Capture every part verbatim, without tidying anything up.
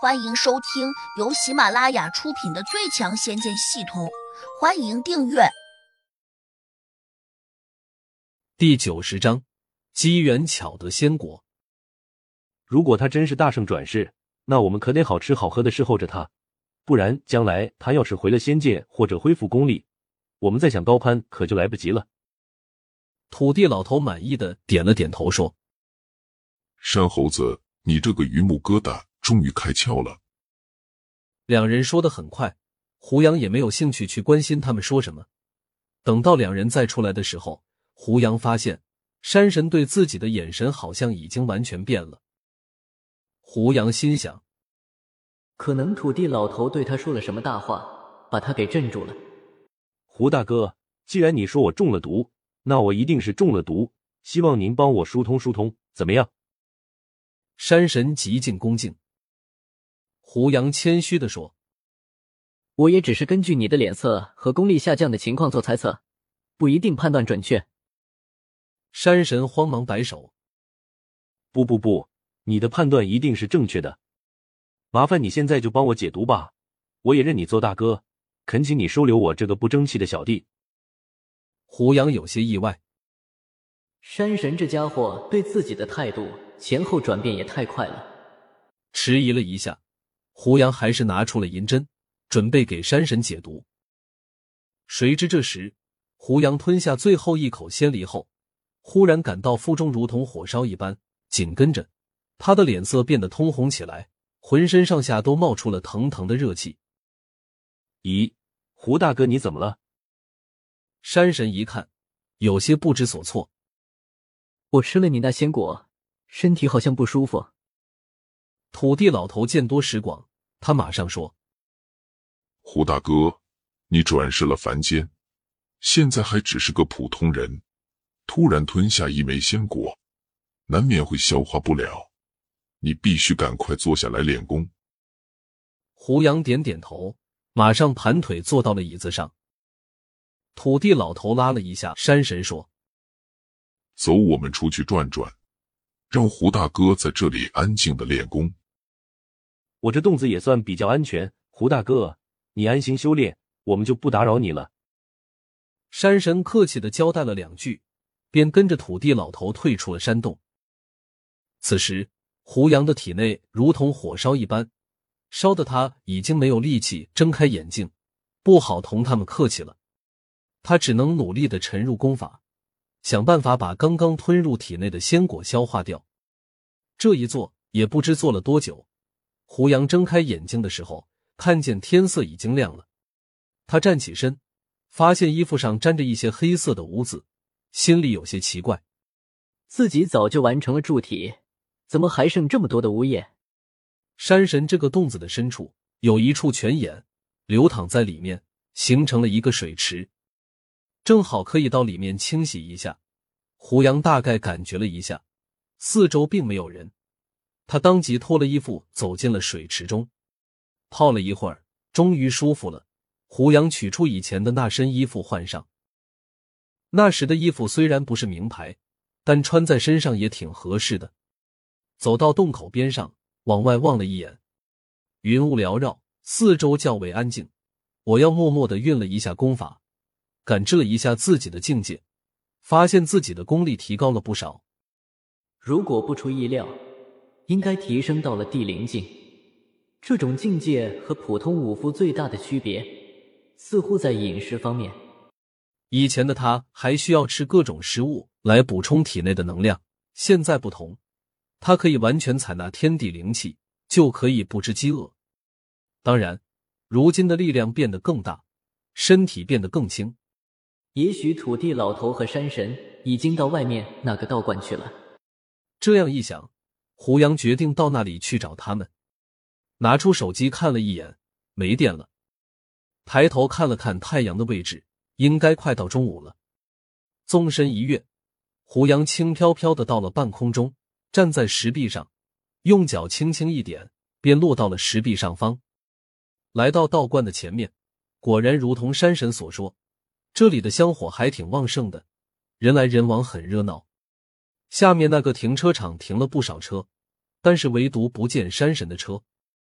欢迎收听由喜马拉雅出品的《最强仙剑系统》，欢迎订阅。 第九十章，机缘巧得仙果。 如果他真是大圣转世，那我们可得好吃好喝的侍候着他，不然将来他要是回了仙界或者恢复功力，我们再想高攀可就来不及了。 土地老头满意的点了点头说： 山猴子，你这个榆木疙瘩终于开窍了。 两人说得很快，胡杨也没有兴趣去关心他们说什么。等到两人再出来的时候，胡杨发现山神对自己的眼神好像已经完全变了。胡杨心想， 可能土地老头对他说了什么大话，把他给镇住了。 胡大哥，既然你说我中了毒，那我一定是中了毒，希望您帮我疏通疏通，怎么样？ 山神极尽恭敬。胡杨谦虚地说： 我也只是根据你的脸色和功力下降的情况做猜测，不一定判断准确。 山神慌忙摆手： 不不不，你的判断一定是正确的，麻烦你现在就帮我解毒吧，我也认你做大哥，恳请你收留我这个不争气的小弟。 胡杨有些意外， 山神这家伙对自己的态度前后转变也太快了。 迟疑了一下，胡杨还是拿出了银针，准备给山神解毒。谁知这时胡杨吞下最后一口仙梨后，忽然感到腹中如同火烧一般，紧跟着他的脸色变得通红起来，浑身上下都冒出了腾腾的热气。 咦，胡大哥你怎么了？ 山神一看，有些不知所措。 我吃了你那仙果，身体好像不舒服。 土地老头见多识广，他马上说： 胡大哥，你转世了凡间，现在还只是个普通人，突然吞下一枚仙果，难免会消化不了，你必须赶快坐下来练功。 胡杨点点头，马上盘腿坐到了椅子上。土地老头拉了一下山神说： 走，我们出去转转，让胡大哥在这里安静的练功。 我这洞子也算比较安全，胡大哥，你安心修炼，我们就不打扰你了。 山神客气地交代了两句，便跟着土地老头退出了山洞。此时胡杨的体内如同火烧一般，烧得他已经没有力气睁开眼睛，不好同他们客气了。他只能努力地沉入功法，想办法把刚刚吞入体内的仙果消化掉。这一做也不知做了多久，胡杨睁开眼睛的时候，看见天色已经亮了。他站起身，发现衣服上沾着一些黑色的污渍，心里有些奇怪， 自己早就完成了铸体，怎么还剩这么多的污液？ 山神这个洞子的深处有一处泉眼，流淌在里面，形成了一个水池，正好可以到里面清洗一下。胡杨大概感觉了一下，四周并没有人，他当即脱了衣服走进了水池中，泡了一会儿，终于舒服了。胡杨取出以前的那身衣服换上，那时的衣服虽然不是名牌，但穿在身上也挺合适的。走到洞口边上，往外望了一眼，云雾缭绕，四周较为安静。我要默默地运了一下功法，感知了一下自己的境界，发现自己的功力提高了不少。 如果不出意料，应该提升到了地灵境。这种境界和普通武夫最大的区别，似乎在饮食方面。 以前的他还需要吃各种食物来补充体内的能量，现在不同，他可以完全采纳天地灵气，就可以不知饥饿。当然，如今的力量变得更大，身体变得更轻。 也许土地老头和山神已经到外面那个道观去了。 这样一想，胡杨决定到那里去找他们。拿出手机看了一眼，没电了。抬头看了看太阳的位置，应该快到中午了。纵身一跃，胡杨轻飘飘地到了半空中，站在石壁上，用脚轻轻一点，便落到了石壁上方。来到道观的前面，果然如同山神所说，这里的香火还挺旺盛的，人来人往，很热闹。下面那个停车场停了不少车，但是唯独不见山神的车。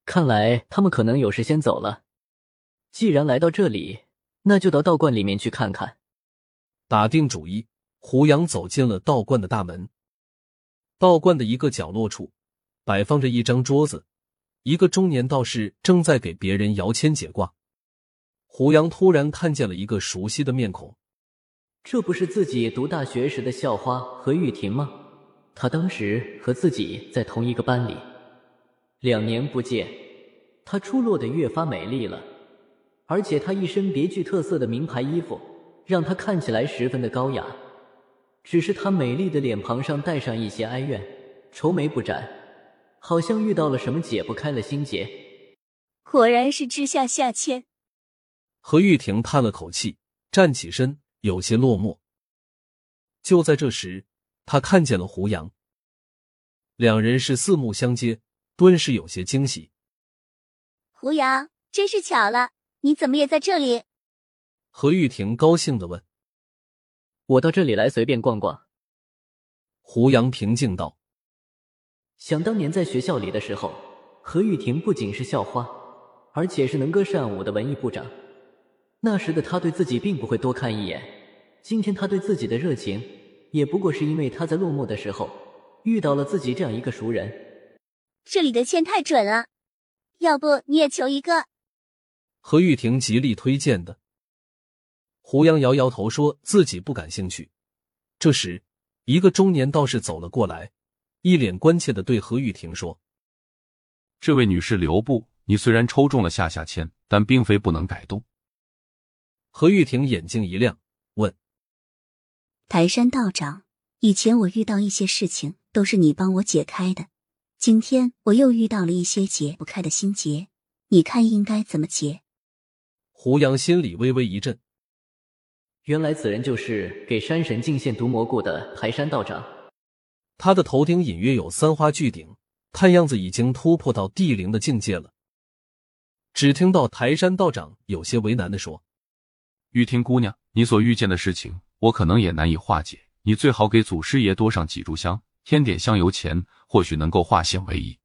看来他们可能有事先走了。既然来到这里，那就到道观里面去看看。 打定主意，胡杨走进了道观的大门。道观的一个角落处摆放着一张桌子，一个中年道士正在给别人摇签解卦。胡杨突然看见了一个熟悉的面孔， 这不是自己读大学时的校花何玉婷吗？她当时和自己在同一个班里，两年不见，她出落得越发美丽了，而且她一身别具特色的名牌衣服让她看起来十分的高雅。只是她美丽的脸庞上带上一些哀怨，愁眉不展，好像遇到了什么解不开了心结。 果然是知下下签。 何玉婷叹了口气，站起身，有些落寞。就在这时，他看见了胡杨，两人是四目相接，顿时有些惊喜。 胡杨，真是巧了，你怎么也在这里？ 何玉婷高兴地问。 我到这里来随便逛逛。 胡杨平静道。 想当年在学校里的时候，何玉婷不仅是校花，而且是能歌善舞的文艺部长。那时的他对自己并不会多看一眼，今天他对自己的热情也不过是因为他在落寞的时候遇到了自己这样一个熟人。 这里的签太准了，要不你也求一个？ 何玉婷极力推荐的。胡杨摇摇头说自己不感兴趣。这时一个中年道士走了过来，一脸关切地对何玉婷说： 这位女士留步，你虽然抽中了下下签，但并非不能改动。 何玉婷眼睛一亮，问： 台山道长，以前我遇到一些事情都是你帮我解开的，今天我又遇到了一些解不开的心结，你看应该怎么解？ 胡杨心里微微一震， 原来此人就是给山神进献毒蘑菇的台山道长。 他的头顶隐约有三花聚顶，看样子已经突破到地灵的境界了。只听到台山道长有些为难地说： 玉婷姑娘，你所遇见的事情我可能也难以化解，你最好给祖师爷多上几炷香，添点香油钱，或许能够化险为夷。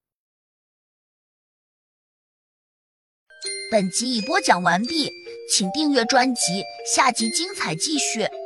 本集已播讲完毕，请订阅专辑，下集精彩继续。